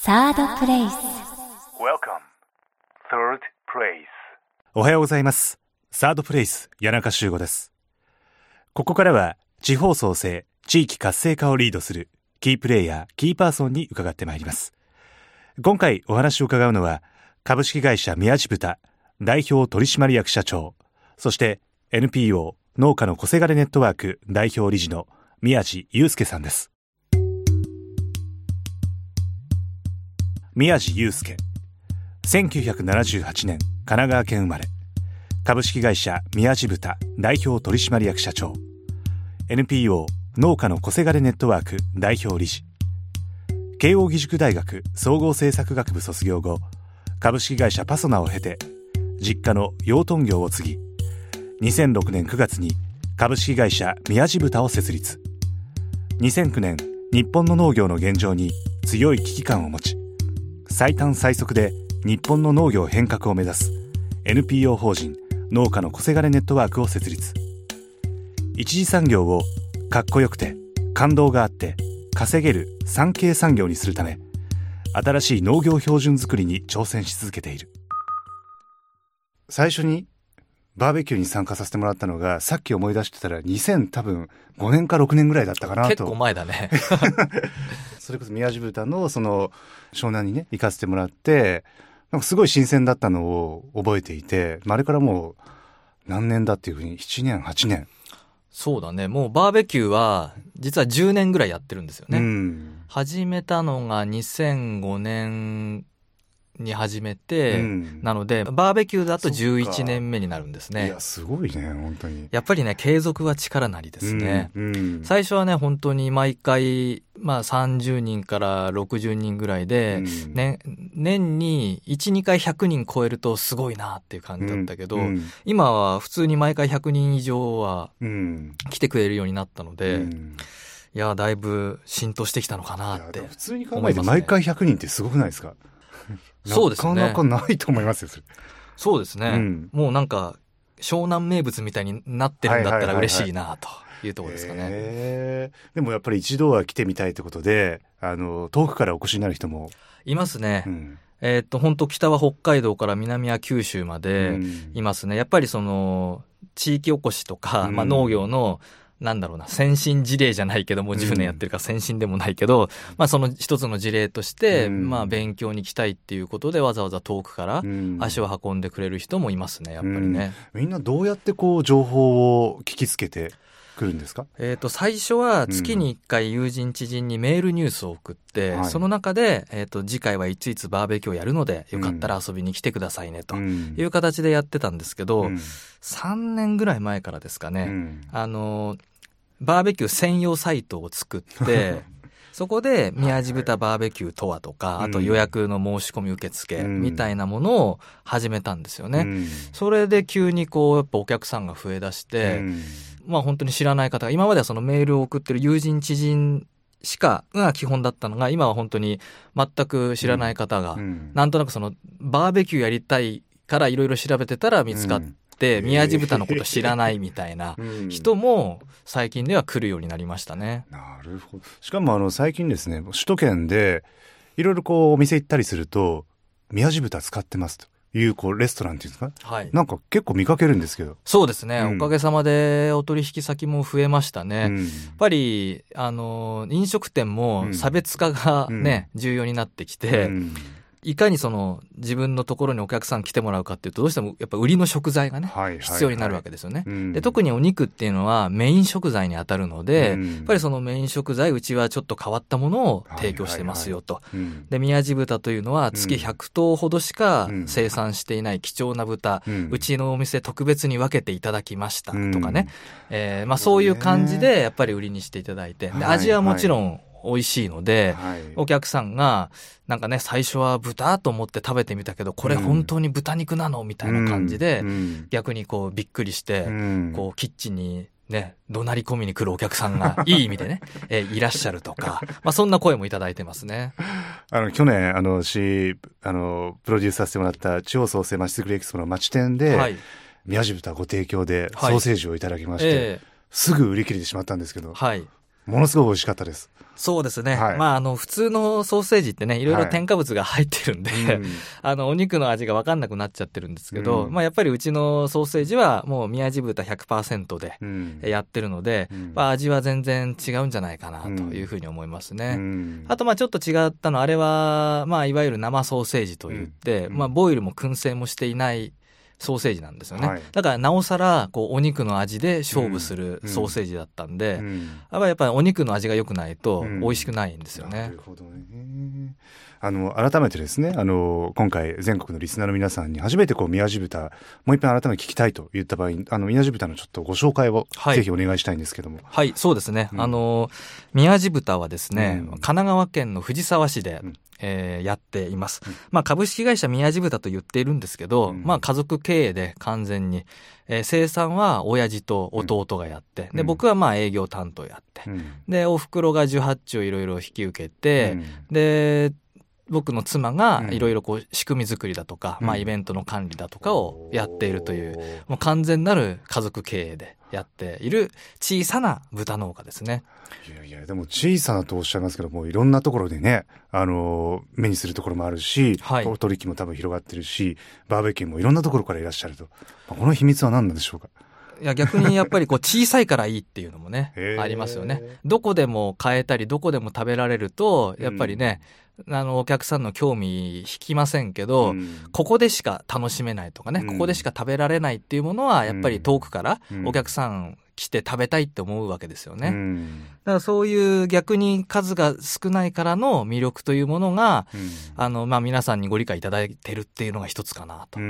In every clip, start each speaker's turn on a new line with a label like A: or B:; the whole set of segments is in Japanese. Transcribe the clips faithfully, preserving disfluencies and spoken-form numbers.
A: サードプレイス。
B: Welcome, Third Place。
C: おはようございます。サードプレイス谷中修吾です。ここからは地方創生地域活性化をリードするキープレイヤーキーパーソンに伺ってまいります。今回お話を伺うのは株式会社宮地豚代表取締役社長、そして エヌピーオー 農家の小せがれネットワーク代表理事の宮地祐介さんです。宮地祐介、せんきゅうひゃくななじゅうはちねん神奈川県生まれ、株式会社宮地豚代表取締役社長、 エヌピーオー 農家の小せがれネットワーク代表理事、慶應義塾大学総合政策学部卒業後、株式会社パソナを経て実家の養豚業を継ぎ、にせんろくねんくがつに株式会社宮地豚を設立。にせんきゅうねん日本の農業の現状に強い危機感を持ち、最短最速で日本の農業変革を目指す エヌピーオー 法人農家の小せがれネットワークを設立。一次産業をかっこよくて感動があって稼げる産経産業にするため、新しい農業標準作りに挑戦し続けている。最初にバーベキューに参加させてもらったのが、さっき思い出してたらにせん多分ごねんかろくねんぐらいだったかなと。
D: 結構前だね
C: それこそ宮地豚のその湘南にね行かせてもらって、なんかすごい新鮮だったのを覚えていて、あれからもう何年だっていうふうにななねんはちねん。
D: そうだね、もうバーベキューは実はじゅうねんぐらいやってるんですよね、
C: うん、
D: 始めたのがにせんごねんに始めて、うん、なのでバーベキューだとじゅういちねんめになるんですね。
C: いやすごいね本当に。
D: やっぱりね継続は力なりですね、
C: うんうん、
D: 最初はね本当に毎回、まあ、さんじゅうにんからろくじゅうにんぐらいで、うんね、年に いち,に 回ひゃくにん超えるとすごいなっていう感じだったけど、うんうん、今は普通に毎回ひゃくにん以上は来てくれるようになったので、うん、いやだいぶ浸透してきたのかなって思いますね。
C: 普通に考えて毎回ひゃくにんってすごくないですか？
D: そうですね、
C: なかなかないと思いますよそれ。
D: そうですね、うん、もうなんか湘南名物みたいになってるんだったら嬉しいなというところですかね、
C: えー、でもやっぱり一度は来てみたいってことで、あの遠くからお越しになる人も
D: いますね、うん、えー、っと本当北は北海道から南は九州までいますね、うん、やっぱりその地域おこしとか、うん、まあ、農業のなんだろうな先進事例じゃないけどもうじゅうねんやってるから先進でもないけど、うん、まあその一つの事例として、うん、まあ勉強に来たいっていうことでわざわざ遠くから足を運んでくれる人もいますね、やっぱりね、
C: うん、みんなどうやってこう情報を聞きつけてくるんですか？
D: えーと最初は月にいっかい友人知人にメールニュースを送って、うん、その中で、えーと次回はいついつバーベキューをやるのでよかったら遊びに来てくださいねという形でやってたんですけど、うん、さんねんぐらい前からですかね、うん、あのバーベキュー専用サイトを作ってそこで宮地豚バーベキューとはとか、あと予約の申し込み受付みたいなものを始めたんですよね、うん、それで急にこうやっぱお客さんが増え出して、うん、まあ本当に知らない方が、今まではそのメールを送ってる友人知人しかが基本だったのが、今は本当に全く知らない方が、うん、なんとなくそのバーベキューやりたいからいろいろ調べてたら見つかって、うんで宮地豚のこと知らないみたいな人も最近では来るようになりましたね、
C: うん、なるほど。しかもあの最近ですね、首都圏でいろいろこうお店行ったりすると宮地豚使ってますというこうレストランっていうんですか、はい、なんか結構見かけるんですけど。
D: そうですね、うん、おかげさまでお取引先も増えましたね、うん、やっぱりあの飲食店も差別化がね、うん、重要になってきて、うんいかにその自分のところにお客さん来てもらうかっていうと、どうしてもやっぱ売りの食材がね、はいはいはい、必要になるわけですよね、うん、で特にお肉っていうのはメイン食材に当たるので、うん、やっぱりそのメイン食材うちはちょっと変わったものを提供してますよと、はいはいはい、で宮地豚というのは月ひゃくとうほどしか生産していない貴重な豚、うん、うちのお店特別に分けていただきましたとかね、うんえーまあ、そういう感じでやっぱり売りにしていただいて、で味はもちろん、はいはい美味しいので、はい、お客さんがなんかね最初は豚と思って食べてみたけどこれ本当に豚肉なのみたいな感じで、うん、逆にこうびっくりして、うん、こうキッチンにね怒鳴り込みに来るお客さんがいい意味でね、えー、いらっしゃるとか、まあ、そんな声もいただいてますね。
C: あの去年あのしあのプロデュースさせてもらった地方創生まちづくりエキスポの町店で、はい、宮地豚ご提供でソーセージをいただきまして、はいえー、すぐ売り切れてしまったんですけど、
D: はい
C: ものすごい美味しかったです。
D: そうですね。
C: はい、
D: まあ、あの、普通のソーセージってね、いろいろ添加物が入ってるんで、はい、うん、あの、お肉の味が分かんなくなっちゃってるんですけど、うん、まあ、やっぱりうちのソーセージはもう宮地豚 ひゃくパーセント でやってるので、うん、まあ、味は全然違うんじゃないかなというふうに思いますね。うん、あと、まあ、ちょっと違ったの、あれは、まあ、いわゆる生ソーセージといって、うん、まあ、ボイルも燻製もしていないソーセージなんですよね、はい、だからなおさらこうお肉の味で勝負するソーセージだったんで、うんうん、やっぱりお肉の味が良くないと美味しくないんですよね、うん、なるほどね。
C: あの改めてですね、あの今回全国のリスナーの皆さんに初めてこう宮地豚もう一遍改めて聞きたいと言った場合、あの宮地豚のちょっとご紹介をぜひお願いしたいんですけども。
D: はい、はい、そうですね、うん、あの宮地豚はですね、うん、神奈川県の藤沢市で、うん、えー、やっています、うん、まあ、株式会社宮地豚と言っているんですけど、うん、まあ、家族経営で完全に、えー、生産は親父と弟がやって、うん、で僕はまあ営業担当やって、うん、でお袋がじゅうはちをいろいろ引き受けて、うん、で僕の妻がいろいろこう仕組み作りだとか、うん、まあ、イベントの管理だとかをやっているという、もう完全なる家族経営でやっている小さな豚農家ですね。
C: いやいや、でも小さなとおっしゃいますけども、いろんなところでね、あの目にするところもあるし、はい、取引も多分広がってるし、バーベキューもいろんなところからいらっしゃると、この秘密は何なんでしょうか。
D: いや、逆にやっぱりこう小さいからいいっていうのもねありますよね。どこでも買えたりどこでも食べられるとやっぱりね、うん、あのお客さんの興味引きませんけど、うん、ここでしか楽しめないとかね、うん、ここでしか食べられないっていうものはやっぱり遠くからお客さん来て食べたいって思うわけですよね、うん、だからそういう逆に数が少ないからの魅力というものが、うん、あのまあ、皆さんにご理解いただいてるっていうのが一つかなと、うん、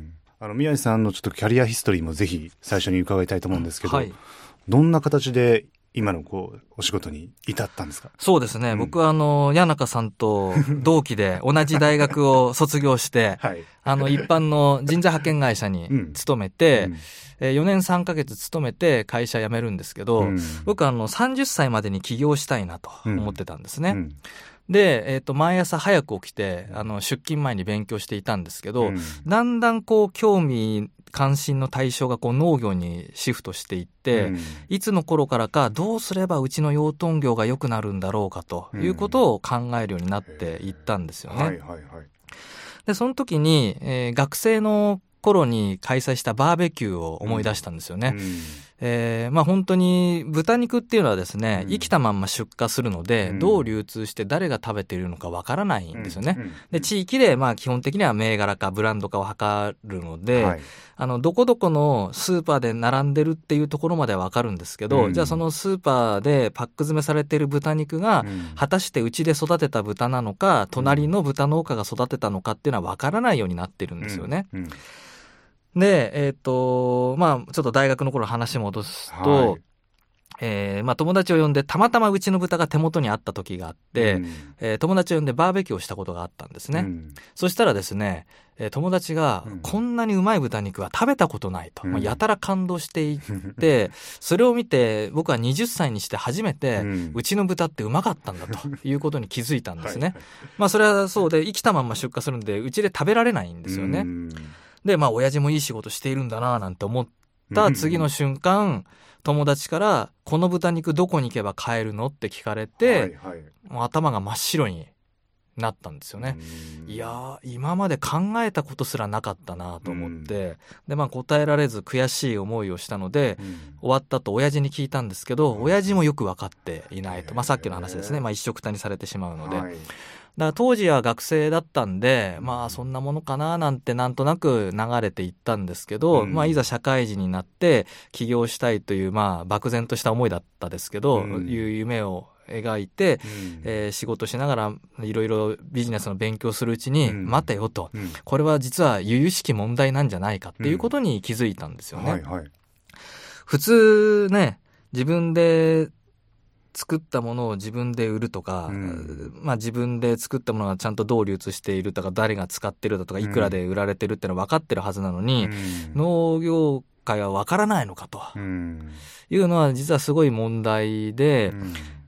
C: あの宮地さんのちょっとキャリアヒストリーもぜひ最初に伺いたいと思うんですけど、
D: はい、
C: どんな形で今のこうお仕事に至ったんですか。
D: そうですね、うん、僕はあの谷中さんと同期で同じ大学を卒業して、はい、あの一般の人材派遣会社に勤めて、うんえー、よねんさんかげつ勤めて会社辞めるんですけど、うん、僕はあのさんじゅっさいまでに起業したいなと思ってたんですね、うんうんで、えっと、毎朝早く起きて、あの、出勤前に勉強していたんですけど、うん、だんだんこう、興味、関心の対象がこう農業にシフトしていって、うん、いつの頃からかどうすればうちの養豚業が良くなるんだろうかということを考えるようになっていったんですよね。はいはいはい、で、その時に、えー、学生の頃に開催したバーベキューを思い出したんですよね。うんうんえー、まあ本当に豚肉っていうのはですね、うん、生きたまんま出荷するので、うん、どう流通して誰が食べているのかわからないんですよね、うんうん、で地域でまあ基本的には銘柄かブランド化を図るので、はい、あのどこどこのスーパーで並んでるっていうところまではわかるんですけど、うん、じゃあそのスーパーでパック詰めされている豚肉が、うん、果たしてうちで育てた豚なのか隣の豚農家が育てたのかっていうのはわからないようになってるんですよね、うんうんで、えっと、まあ、ちょっと大学の頃話戻すと、はいえー、まあ友達を呼んでたまたまうちの豚が手元にあった時があって、うんえー、友達を呼んでバーベキューをしたことがあったんですね、うん、そしたらですね、えー、友達が、うん、こんなにうまい豚肉は食べたことないと、うんまあ、やたら感動していってそれを見て僕ははたちにして初めて、うん、うちの豚ってうまかったんだということに気づいたんですねはい、まあそれはそうで生きたまんま出荷するんでうちで食べられないんですよね、うんで、まあ、親父もいい仕事しているんだななんて思った次の瞬間、うんうん、友達から、この豚肉どこに行けば買えるのって聞かれて、はいはい、もう頭が真っ白になったんですよね。いやー、今まで考えたことすらなかったなと思って、で、まあ、答えられず悔しい思いをしたので、終わった後、親父に聞いたんですけど、親父もよく分かっていないと。まあ、さっきの話ですね。まあ、一緒くたにされてしまうので。はいだから当時は学生だったんで、まあそんなものかななんてなんとなく流れていったんですけど、うん、まあいざ社会人になって起業したいというまあ漠然とした思いだったですけど、うん、いう夢を描いて、うんえー、仕事しながらいろいろビジネスの勉強するうちに、うん、待てよと、うん、これは実は由々しき問題なんじゃないかっていうことに気づいたんですよね。うんはいはい、普通ね、自分で作ったものを自分で売るとか、うんまあ、自分で作ったものがちゃんとどう流通しているとか誰が使ってるだとかいくらで売られてるっていうのは分かってるはずなのに、うん、農業界は分からないのかというのは実はすごい問題で、うん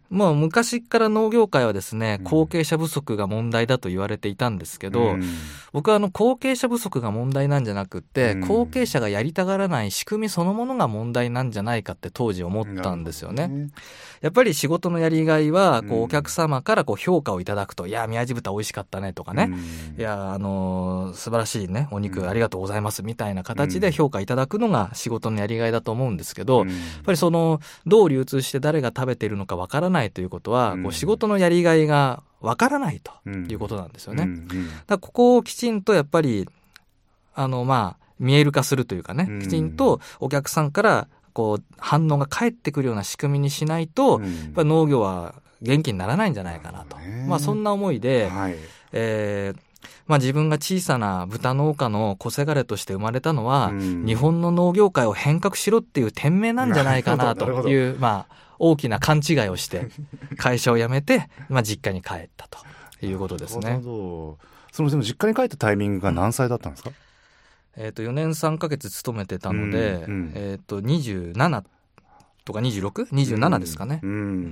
D: もう昔から農業界はですね、後継者不足が問題だと言われていたんですけど、うん、僕はあの後継者不足が問題なんじゃなくって、うん、後継者がやりたがらない仕組みそのものが問題なんじゃないかって当時思ったんですよね。ね、やっぱり仕事のやりがいはこうお客様からこう評価をいただくと、いや宮地豚美味しかったねとかね、うん、いやあのー、素晴らしいねお肉ありがとうございますみたいな形で評価いただくのが仕事のやりがいだと思うんですけど、うん、やっぱりそのどう流通して誰が食べているのかわからないということは、うん、こう仕事のやりがいがわからないということなんですよね。うんうん、だからここをきちんとやっぱりあのまあ見える化するというかね、うん、きちんとお客さんからこう反応が返ってくるような仕組みにしないと、うん、やっぱ農業は元気にならないんじゃないかなと、まあそんな思いで、はい、えーまあ、自分が小さな豚農家の小せがれとして生まれたのは、うん、日本の農業界を変革しろっていう店名なんじゃないかなという、まあ、大きな勘違いをして会社を辞めて、まあ、実家に帰ったということですね。なるほど。
C: そのでも実家に帰ったタイミングが何歳だったんですか？
D: えー、とよねんさんかげつ勤めてたので、うんうん、えー、とにじゅうななとか にじゅうろく?にじゅうなな ですかね、うんうん、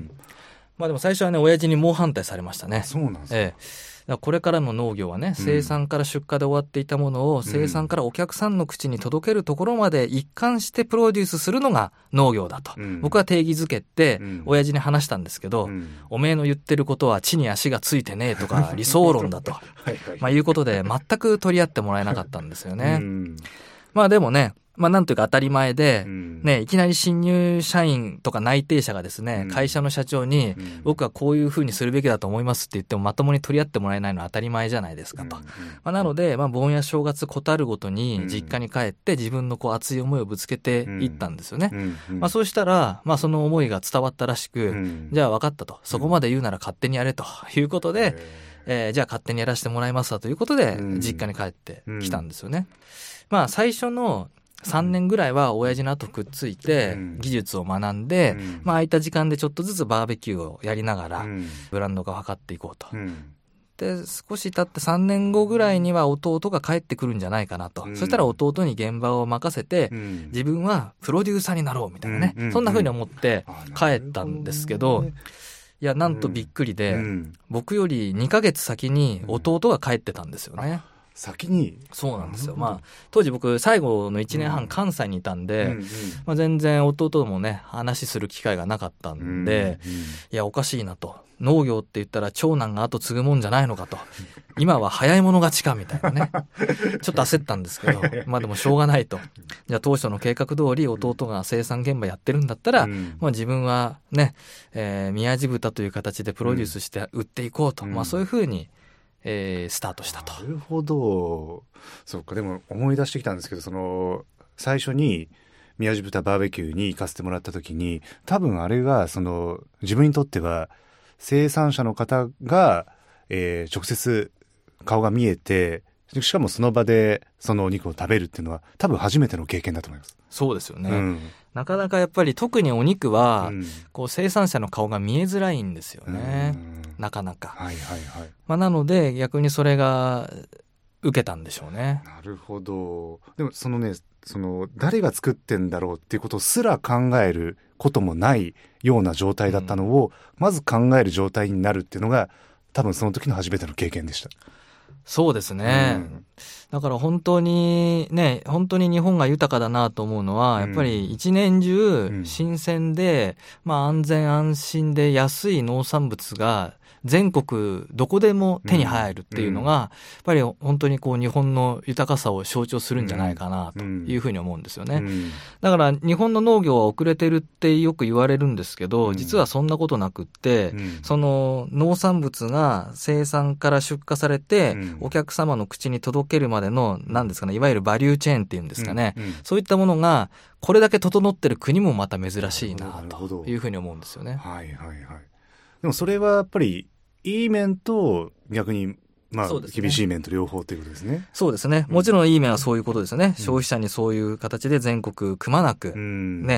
D: まあでも最初はね親父に猛反対されましたね。
C: そうなんですか、
D: えーこれからの農業はね、生産から出荷で終わっていたものを、うん、生産からお客さんの口に届けるところまで一貫してプロデュースするのが農業だと、うん、僕は定義づけて親父に話したんですけど、うん、おめえの言ってることは地に足がついてねえとか理想論だとはい、はい、まあいうことで全く取り合ってもらえなかったんですよね、うん、まあでもね、まあなんというか当たり前で、うん、ね、いきなり新入社員とか内定者がですね、うん、会社の社長に、うん、僕はこういうふうにするべきだと思いますって言ってもまともに取り合ってもらえないのは当たり前じゃないですかと。うんうん、まあ、なので、まあ盆や正月ことるごとに実家に帰って自分のこう熱い思いをぶつけていったんですよね。うんうん、まあそうしたら、まあその思いが伝わったらしく、うん、じゃあ分かったと。そこまで言うなら勝手にやれということで、うんえー、じゃあ勝手にやらせてもらいますわということで、実家に帰ってきたんですよね。うん、まあ最初のさんねんぐらいは親父の後くっついて技術を学んで、うん、まあ空いた時間でちょっとずつバーベキューをやりながらブランド化を図っていこうと、うん、で少し経ってさんねんごぐらいには弟が帰ってくるんじゃないかなと、うん、そしたら弟に現場を任せて、うん、自分はプロデューサーになろうみたいなね、うん、そんな風に思って帰ったんですけど、いやなんとびっくりで、うん、僕よりにかげつ先に弟が帰ってたんですよね。
C: 先に。
D: そうなんですよ。まあ当時僕最後のいちねんはん関西にいたんで、うんうんうん、まあ、全然弟ともね話する機会がなかったんで、うんうん、いやおかしいなと、農業って言ったら長男が後継ぐもんじゃないのかと、今は早い者勝ちかみたいなねちょっと焦ったんですけど、まあでもしょうがないと、じゃあ当初の計画通り弟が生産現場やってるんだったら、うん、まあ、自分はね、えー、宮地豚という形でプロデュースして売っていこうと、うん、まあそういうふうにえー、スタートしたと。
C: なるほど。そうか。でも思い出してきたんですけど、その最初に宮地豚バーベキューに行かせてもらった時に、多分あれがその自分にとっては生産者の方が、えー、直接顔が見えて、しかもその場でそのお肉を食べるっていうのは多分初めての経験だと思います。
D: そうですよね、うん、なかなかやっぱり特にお肉は、うん、こう生産者の顔が見えづらいんですよね、うん、なかなか、はいはいはい、まあ、なので逆にそれが受けたんでしょうね。
C: なるほど。でもそのね、その誰が作ってんだろうっていうことすら考えることもないような状態だったのを、うん、まず考える状態になるっていうのが多分その時の初めての経験でした。
D: そうですね、うん、だから本当にね、本当に日本が豊かだなと思うのは、やっぱり一年中新鮮で、うん、まあ安全安心で安い農産物が全国どこでも手に入るっていうのが、やっぱり本当にこう日本の豊かさを象徴するんじゃないかなというふうに思うんですよね。だから日本の農業は遅れてるってよく言われるんですけど、実はそんなことなくって、その農産物が生産から出荷されてお客様の口に届けるまでの何ですかね、いわゆるバリューチェーンっていうんですかね、そういったものがこれだけ整ってる国もまた珍しいなというふうに思うんですよね。はいはいはい。
C: でもそれはやっぱりいい面と逆にまあ、ね、厳しい面と両方ということですね。
D: そうですね。もちろんいい面はそういうことですよね。うん、消費者にそういう形で全国くまなく、うん、ね、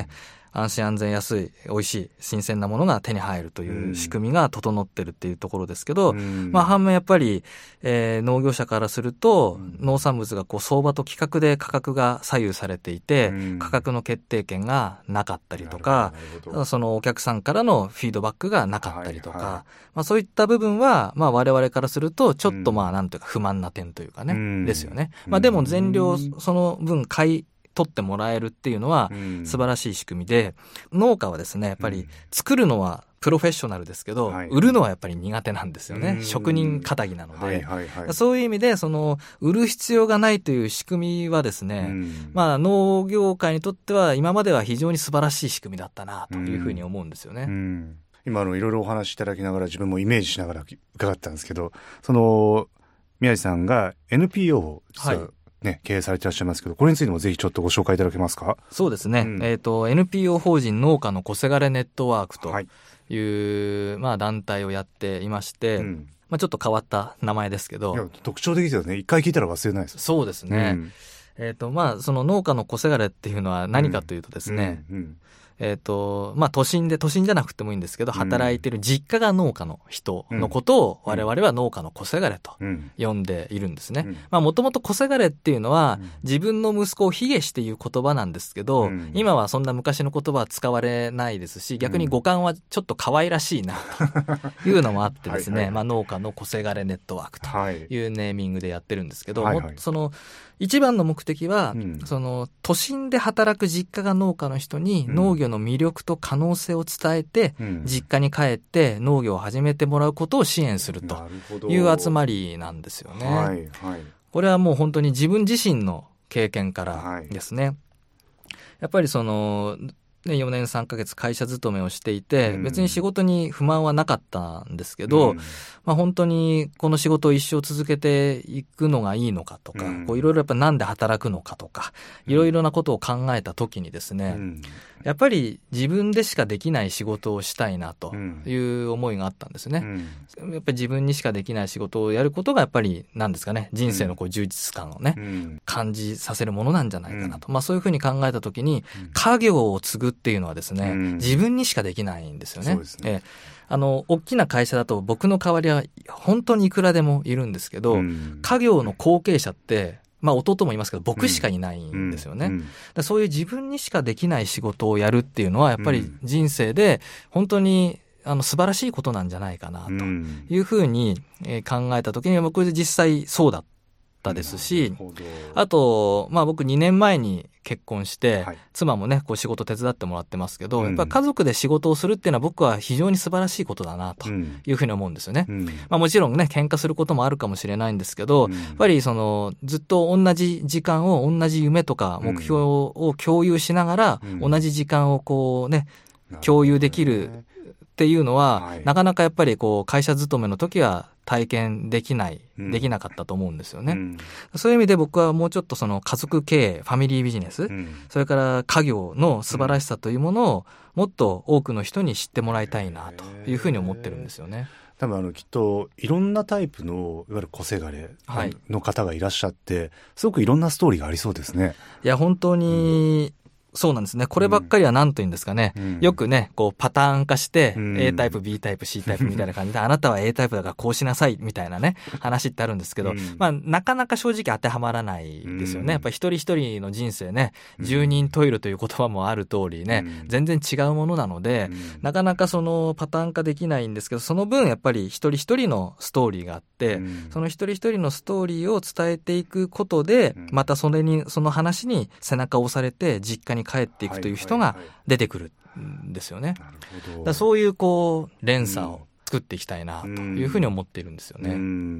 D: 安心安全安い美味しい新鮮なものが手に入るという仕組みが整ってるっていうところですけど、うん、まあ反面やっぱり、えー、農業者からすると、うん、農産物がこう相場と規格で価格が左右されていて、うん、価格の決定権がなかったりとか、そのお客さんからのフィードバックがなかったりとか、はいはい、まあ、そういった部分はまあ我々からするとちょっとまあなんというか不満な点というかね、うん、ですよね。まあでも全量その分買い取ってもらえるっていうのは素晴らしい仕組みで、農家はですねやっぱり作るのはプロフェッショナルですけど、はい、売るのはやっぱり苦手なんですよね。職人気質なので、はいはいはい、そういう意味でその売る必要がないという仕組みはですね、まあ農業界にとっては今までは非常に素晴らしい仕組みだったなというふうに思うんですよね。うん、
C: 今のいろいろお話しいただきながら自分もイメージしながら伺ったんですけど、その宮地さんが エヌピーオー を実は、はいね、経営されていらっしゃいますけど、これについてもぜひちょっとご紹介いただけますか。
D: そうですね、うん、えーと、エヌピーオー 法人農家のこせがれネットワークという、はい、まあ、団体をやっていまして、うん、まあ、ちょっと変わった名前ですけど、いや
C: 特徴的ですよね。一回聞いたら忘れないです。
D: そうですね、うん、えーとまあ、その農家のこせがれっていうのは何かというとですね、うんうんうんえっと、まあ、都心で、都心じゃなくてもいいんですけど、働いてる実家が農家の人のことを、我々は農家のこせがれと呼んでいるんですね。まあ、もともとこせがれっていうのは、自分の息子を卑下していう言葉なんですけど、今はそんな昔の言葉は使われないですし、逆に語感はちょっと可愛らしいな、というのもあってですね、まあ、農家のこせがれネットワークというネーミングでやってるんですけど、はいはい、その、一番の目的は、うん、その都心で働く実家が農家の人に農業の魅力と可能性を伝えて、うん、実家に帰って農業を始めてもらうことを支援するという集まりなんですよね。はいはい、これはもう本当に自分自身の経験からですね。はい、やっぱりそのよねんさんかげつ会社勤めをしていて、うん、別に仕事に不満はなかったんですけど、うんまあ、本当にこの仕事を一生続けていくのがいいのかとか、うん、こういろいろやっぱなんで働くのかとか、いろいろなことを考えたときにですね、うん、やっぱり自分でしかできない仕事をしたいなという思いがあったんですね。うん、やっぱり自分にしかできない仕事をやることがやっぱり何ですかね、人生のこう充実感をね、うん、感じさせるものなんじゃないかなと。うんまあ、そういうふうに考えたときに、家業を継ぐっていうのはですね、うん、自分にしかできないんですよね。そうですね。えーあの、大きな会社だと僕の代わりは本当にいくらでもいるんですけど、うん、家業の後継者って、まあ弟もいますけど僕しかいないんですよね。うんうん、だそういう自分にしかできない仕事をやるっていうのはやっぱり人生で本当にあの素晴らしいことなんじゃないかなというふうに考えたときに僕実際そうだったですし、あと、まあ僕にねんまえに結婚して、はい、妻もね、こう仕事手伝ってもらってますけど、うん、やっぱり家族で仕事をするっていうのは僕は非常に素晴らしいことだなというふうに思うんですよね。うん、まあもちろんね、喧嘩することもあるかもしれないんですけど、うん、やっぱりその、ずっと同じ時間を、同じ夢とか目標を共有しながら、うん、同じ時間をこうね、共有できるっていうのは、はい、なかなかやっぱりこう会社勤めの時は体験できない、うん、できなかったと思うんですよね。うん、そういう意味で僕はもうちょっとその家族経営、ファミリービジネス、うん、それから家業の素晴らしさというものをもっと多くの人に知ってもらいたいなというふうに思ってるんですよね。
C: 多分あのきっといろんなタイプのいわゆる個性がれの方がいらっしゃって、はい、すごくいろんなストーリーがありそうですね。
D: いや本当に、うんそうなんですね。こればっかりは何と言うんですかね。うん、よくね、こうパターン化して、うん、A タイプ、B タイプ、C タイプみたいな感じで、あなたは A タイプだからこうしなさいみたいなね、話ってあるんですけど、うん、まあなかなか正直当てはまらないですよね。やっぱり一人一人の人生ね、十人十色という言葉もある通りね、うん、全然違うものなので、うん、なかなかそのパターン化できないんですけど、その分やっぱり一人一人のストーリーがあって、うん、その一人一人のストーリーを伝えていくことで、またそれに、その話に背中を押されて実家に帰っていくという人が出てくるんですよね。なるほど。だそういうこう連鎖を作っていきたいなというふうに思っているんですよね。うん、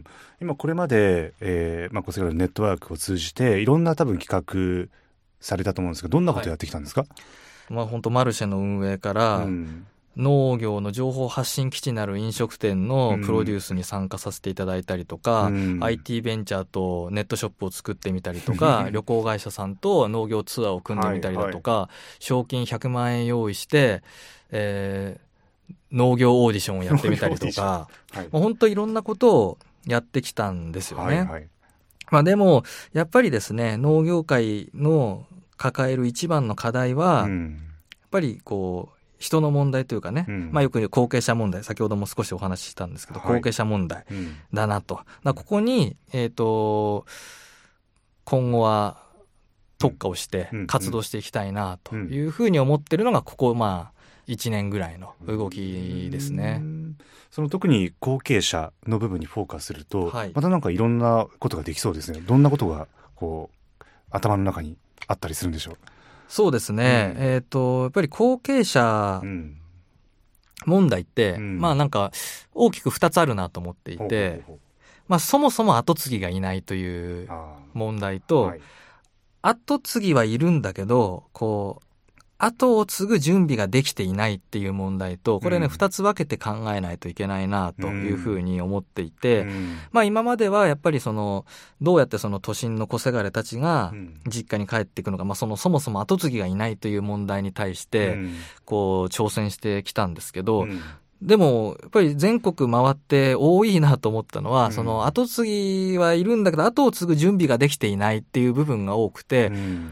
C: 今これまで、えーまあ、こちらのネットワークを通じていろんな多分企画されたと思うんですが、どんなことをやってきたんですか？はい、
D: まあ、本当マルシェの運営から、うん農業の情報発信基地なる飲食店のプロデュースに参加させていただいたりとか、うん、アイティー ベンチャーとネットショップを作ってみたりとか旅行会社さんと農業ツアーを組んでみたりだとか、はいはい、賞金ひゃくまんえん用意して、えー、農業オーディションをやってみたりとか、はい、もう本当いろんなことをやってきたんですよね。はいはい、まあ、でもやっぱりですね、農業界の抱える一番の課題は、うんぱりこう人の問題というかね、うん、まあ、よく言う後継者問題、先ほども少しお話ししたんですけど、はい、後継者問題だなと、うん、ここに、えーと、今後は特化をして活動していきたいなというふうに思ってるのがここまあいちねんぐらいの動きですね。
C: その特に後継者の部分にフォーカスすると、はい、またなんかいろんなことができそうですね。どんなことがこう頭の中にあったりするんでしょう。
D: そうですね、うん、えっとやっぱり後継者問題って、うん、まあなんか大きくふたつあるなと思っていて、ほうほうほう、まあ、そもそも後継ぎがいないという問題と、はい、後継ぎはいるんだけどこう後を継ぐ準備ができていないっていう問題と、これね、二、うん、つ分けて考えないといけないなというふうに思っていて、うん、まあ今まではやっぱりその、どうやってその都心の小せがれたちが実家に帰っていくのか、まあそのそもそも後継ぎがいないという問題に対して、こう挑戦してきたんですけど、うん、でもやっぱり全国回って多いなと思ったのは、うん、その後継ぎはいるんだけど後を継ぐ準備ができていないっていう部分が多くて、うん、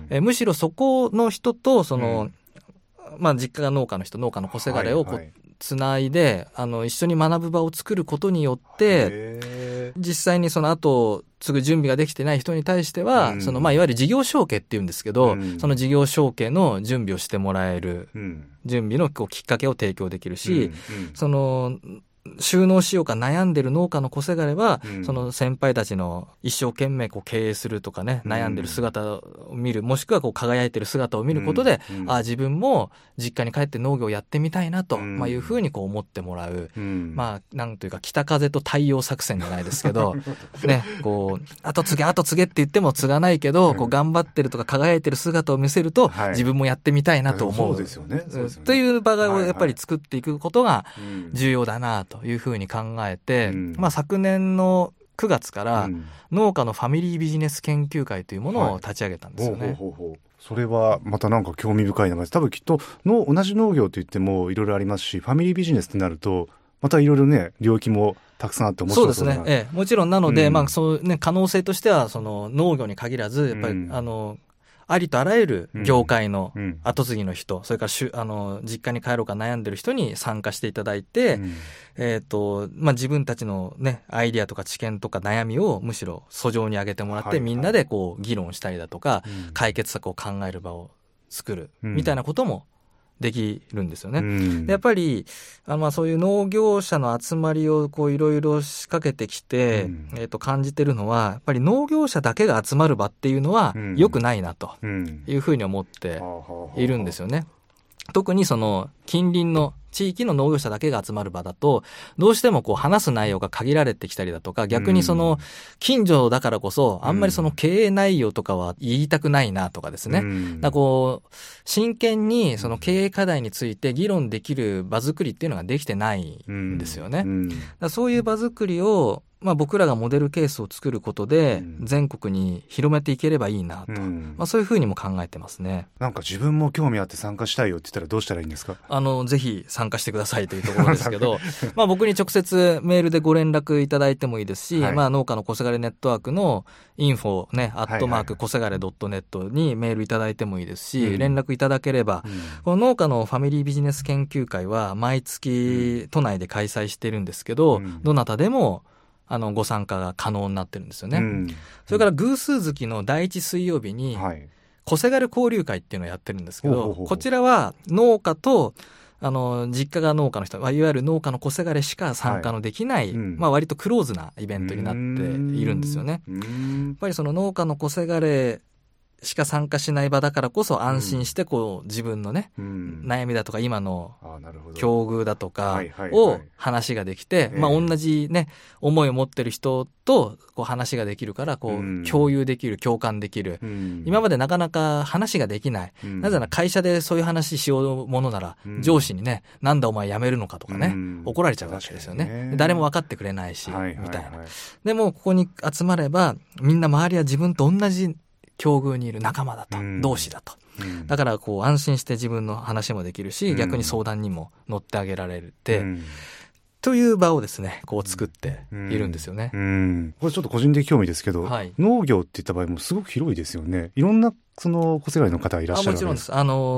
D: えむしろそこの人とその、うん、まあ実家が農家の人、農家の小せがれをこう、はいはい、つないであの一緒に学ぶ場を作ることによって実際にその後を継ぐ準備ができてない人に対しては、うん、そのまあいわゆる事業承継っていうんですけど、うん、その事業承継の準備をしてもらえる、うん、準備のこうきっかけを提供できるし、うんうん、その収納しようか悩んでる農家の小せがれは、うん、その先輩たちの一生懸命こう経営するとかね、悩んでる姿を見る、もしくはこう輝いてる姿を見ることで、うん、ああ自分も実家に帰って農業をやってみたいなと、うん、まあ、いうふうにこう思ってもらう、うん、まあなんというか北風と太陽作戦じゃないですけどね、こう後継げ後継げって言っても継がないけど、こう頑張ってるとか輝いてる姿を見せると、はい、自分もやってみたいなと思う、
C: そうですよね、そうですよね、
D: という場をやっぱり作っていくことが重要だなというふうに考えて、うん、まあ、昨年のくがつから農家のファミリービジネス研究会というものを立ち上げたんですよね、はい、ほうほうほう、
C: それはまたなんか興味深い名前です。多分きっとの同じ農業といってもいろいろありますし、ファミリービジネスってなるとまたいろいろね領域もたくさんあって面白そうだな。
D: そうですね、ええ、もちろんなので、うん、まあそうね、可能性としてはその農業に限らずやっぱり、うん、あのありとあらゆる業界の後継ぎの人、うん、それからしゅあの実家に帰ろうか悩んでる人に参加していただいて、うん、えーとまあ、自分たちの、ね、アイデアとか知見とか悩みをむしろ訴状に上げてもらって、はいはい、みんなでこう議論したりだとか、うん、解決策を考える場を作る、うん、みたいなこともできるんですよね、うん、でやっぱりあのまあそういう農業者の集まりをこういろいろ仕掛けてきて、うん、えーと感じてるのはやっぱり農業者だけが集まる場っていうのは良くないなというふうに思っているんですよね、うん、特にその近隣の地域の農業者だけが集まる場だとどうしてもこう話す内容が限られてきたりだとか、逆にその近所だからこそあんまりその経営内容とかは言いたくないなとかですね、うん、だからこう真剣にその経営課題について議論できる場作りっていうのができてないんですよね、うんうん、だからそういう場作りをまあ、僕らがモデルケースを作ることで全国に広めていければいいなと、うんまあ、そういうふうにも考えてますね。
C: なんか自分も興味あって参加したいよって言ったらどうしたらいいんですか？
D: あのぜひ参加してくださいというところですけどまあ僕に直接メールでご連絡いただいてもいいですし、はい、まあ、農家の小せがれネットワークのインフォね、アットマーク小せがれ .net にメールいただいてもいいですし、うん、連絡いただければ、うん、この農家のファミリービジネス研究会は毎月都内で開催してるんですけど、うん、どなたでもあのご参加が可能になってるんですよね、うん、それから偶数月のだいいち水曜日に小せがれ交流会っていうのをやってるんですけど、はい、こちらは農家とあの実家が農家の人、いわゆる農家の小せがれしか参加のできない、はい、まあ、割とクローズなイベントになっているんですよね。やっぱりその農家の小せがれしか参加しない場だからこそ安心してこう自分のね、うん、悩みだとか今の境遇だとかを話ができて、まあ同じね思いを持ってる人とこう話ができるからこう共有できる、共感できる、今までなかなか話ができない、なぜなら会社でそういう話しようものなら上司にね、なんだお前辞めるのかとかね怒られちゃうわけですよね。誰も分かってくれないしみたいな。でもここに集まればみんな周りは自分と同じ境遇にいる仲間だと、うん、同志だと、うん、だからこう安心して自分の話もできるし、うん、逆に相談にも乗ってあげられるって、うん、という場をですねこう作っているんですよね、うんうん、
C: これちょっと個人的興味ですけど、はい、農業っていった場合もすごく広いですよね。いろんなその小せがれの方がいらっしゃるわけです。
D: あ、もちろんです。あのーうん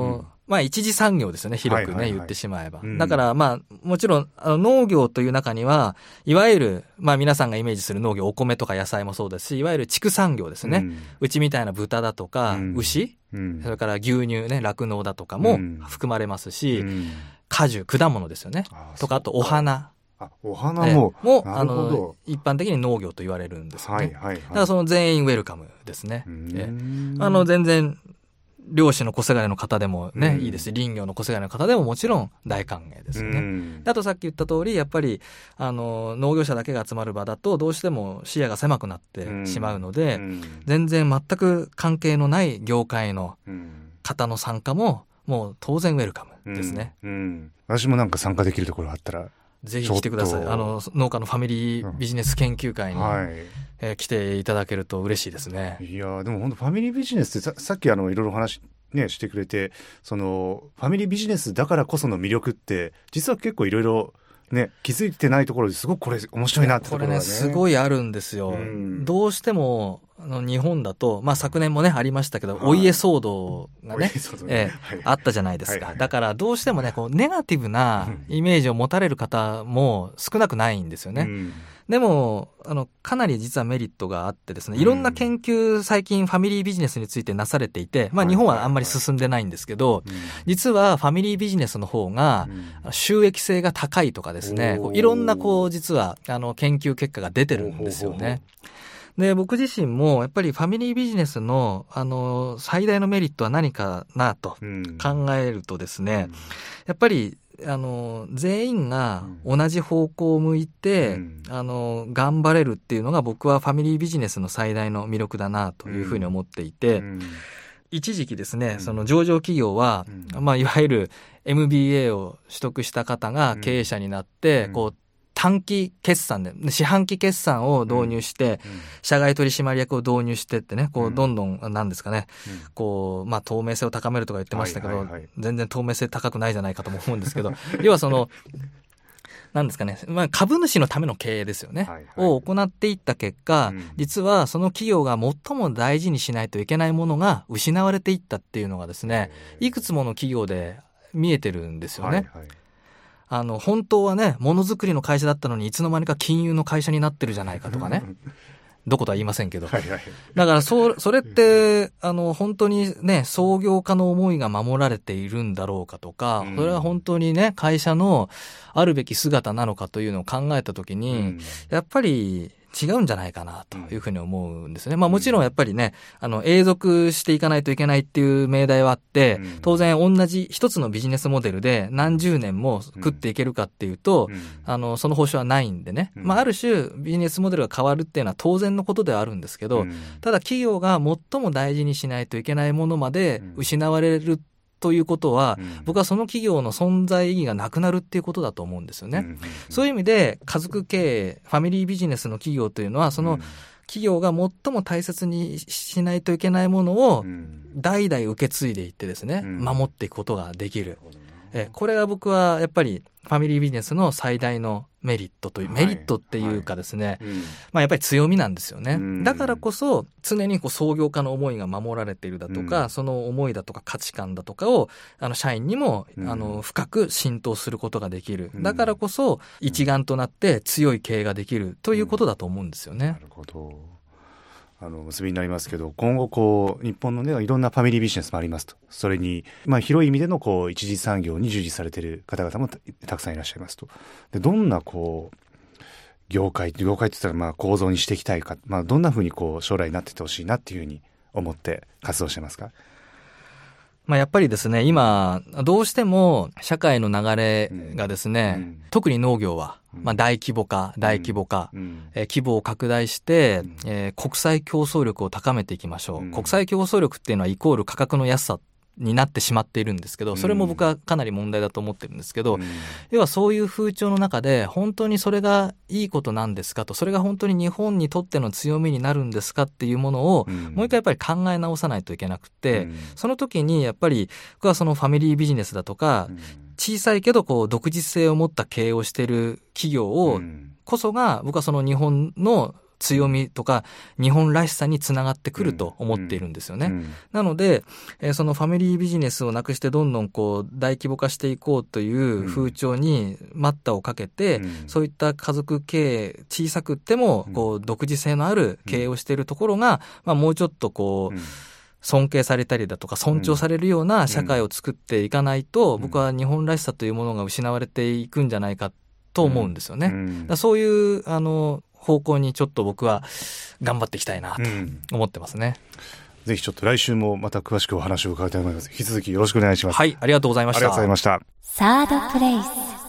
D: まあ一次産業ですよね、広くね、
C: はいはいはい、
D: 言ってしまえば。
C: うん、
D: だからまあ、もちろん、あの農業という中には、いわゆる、まあ皆さんがイメージする農業、お米とか野菜もそうですし、いわゆる畜産業ですね。うん、うちみたいな豚だとか、うん、牛、うん、それから牛乳ね、酪農だとかも含まれますし、うん、果樹、果物ですよね。とか、あとお花。
C: あ、お花も、
D: えもあの一般的に農業と言われるんですよね。はいはいはい、だからその全員ウェルカムですね。えあの全然漁師の小せがれの方でもね、いいですし、林業の小せがれの方でももちろん大歓迎ですよね。あとさっき言った通り、やっぱりあの農業者だけが集まる場だとどうしても視野が狭くなってしまうので、全然全く関係のない業界の方の参加ももう当然ウェルカムですね。
C: うんうん、私もなんか参加できるところがあったら
D: ぜひ来てください。あの農家のファミリービジネス研究会に、うんはいえー、来ていただけると嬉しいですね。
C: いやでも本当ファミリービジネスって さ, さっきあのいろいろ話、ね、してくれて、そのファミリービジネスだからこその魅力って実は結構いろいろね、気づいてないところですごくこれ面白いなってところがね。
D: これねすごいあるんですよ。うん、どうしてもあの日本だと、まあ、昨年もねありましたけど、はい、お家騒動がね、ねえーはい、あったじゃないですか、はいはい、だからどうしてもねこうネガティブなイメージを持たれる方も少なくないんですよね。うん、でもあのかなり実はメリットがあってですね、いろんな研究最近ファミリービジネスについてなされていて、まあ、日本はあんまり進んでないんですけど、実はファミリービジネスの方が収益性が高いとかですね、こういろんなこう実はあの研究結果が出てるんですよね。で僕自身もやっぱりファミリービジネスのあの最大のメリットは何かなと考えるとですね、うん、やっぱりあの全員が同じ方向を向いて、うん、あの頑張れるっていうのが僕はファミリービジネスの最大の魅力だなというふうに思っていて、うんうん、一時期ですね、その上場企業は、うんまあ、いわゆる エムビーエー を取得した方が経営者になって、うん、こう短期決算で四半期決算を導入して、うんうん、社外取締役を導入してってね、こうどんどんなんですかね、うん、こうまあ透明性を高めるとか言ってましたけど、はいはいはい、全然透明性高くないじゃないかとも思うんですけど要はそのなんですかね、まあ、株主のための経営ですよね、はいはい、を行っていった結果、うん、実はその企業が最も大事にしないといけないものが失われていったっていうのがですね、いくつもの企業で見えてるんですよね。はいはい、あの本当はねものづくりの会社だったのにいつの間にか金融の会社になってるじゃないかとかねどことは言いませんけど、はいはい、だから そ, それってあの本当にね創業家の思いが守られているんだろうかとか、それは本当にね会社のあるべき姿なのかというのを考えたときに、やっぱり違うんじゃないかなというふうに思うんですね。まあもちろんやっぱりね、あの永続していかないといけないっていう命題はあって、当然同じ一つのビジネスモデルで何十年も食っていけるかっていうと、あのその報酬はないんでね。まあある種ビジネスモデルが変わるっていうのは当然のことではあるんですけど、ただ企業が最も大事にしないといけないものまで失われるということは、うん、僕はその企業の存在意義がなくなるっていうことだと思うんですよね、うんうんうん、そういう意味で家族経営ファミリービジネスの企業というのはその企業が最も大切にしないといけないものを代々受け継いでいってですね、うん、守っていくことができる、えこれが僕はやっぱりファミリービジネスの最大のメリットという、はい、メリットっていうかですね、はいうんまあ、やっぱり強みなんですよね、うん、だからこそ常にこう創業家の思いが守られているだとか、うん、その思いだとか価値観だとかをあの社員にも、うん、あの深く浸透することができる、うん、だからこそ一丸となって強い経営ができるということだと思うんですよね、うん、なるほど。
C: あの結びになりますけど、今後こう日本のねいろんなファミリービジネスもありますと、それに、まあ、広い意味でのこう一次産業に従事されている方々も た, たくさんいらっしゃいますと。でどんなこう業界業界って言ったらまあ構造にしていきたいか、まあ、どんなふうにこう将来になっていってほしいなっていうふうに思って活動してますか？
D: まあ、やっぱりですね今どうしても社会の流れがですね、うん、特に農業は、まあ、大規模化大規模化、うんえー、規模を拡大して、うんえー、国際競争力を高めていきましょう、うん、国際競争力っていうのはイコール価格の安さになってしまっているんですけど、それも僕はかなり問題だと思ってるんですけど、うん、要はそういう風潮の中で本当にそれがいいことなんですかと、それが本当に日本にとっての強みになるんですかっていうものを、うん、もう一回やっぱり考え直さないといけなくて、うん、その時にやっぱり僕はそのファミリービジネスだとか、うん、小さいけどこう独自性を持った経営をしている企業をこそが僕はその日本の強みとか日本らしさにつながってくると思っているんですよね。うんうん、なので、えー、そのファミリービジネスをなくしてどんどんこう大規模化していこうという風潮に待ったをかけて、うん、そういった家族経営、小さくってもこう独自性のある経営をしているところが、まあ、もうちょっとこう、うん尊敬されたりだとか尊重されるような社会を作っていかないと、僕は日本らしさというものが失われていくんじゃないかと思うんですよね。うん、だそういうあの方向にちょっと僕は頑張っていきたいなと思ってますね。
C: うん、ぜひちょっと来週もまた詳しくお話を伺いたいと思います。引き続きよろしくお願いします。
D: はい、ありがとうございました。
C: ありがとうございました。
A: サードプレイス。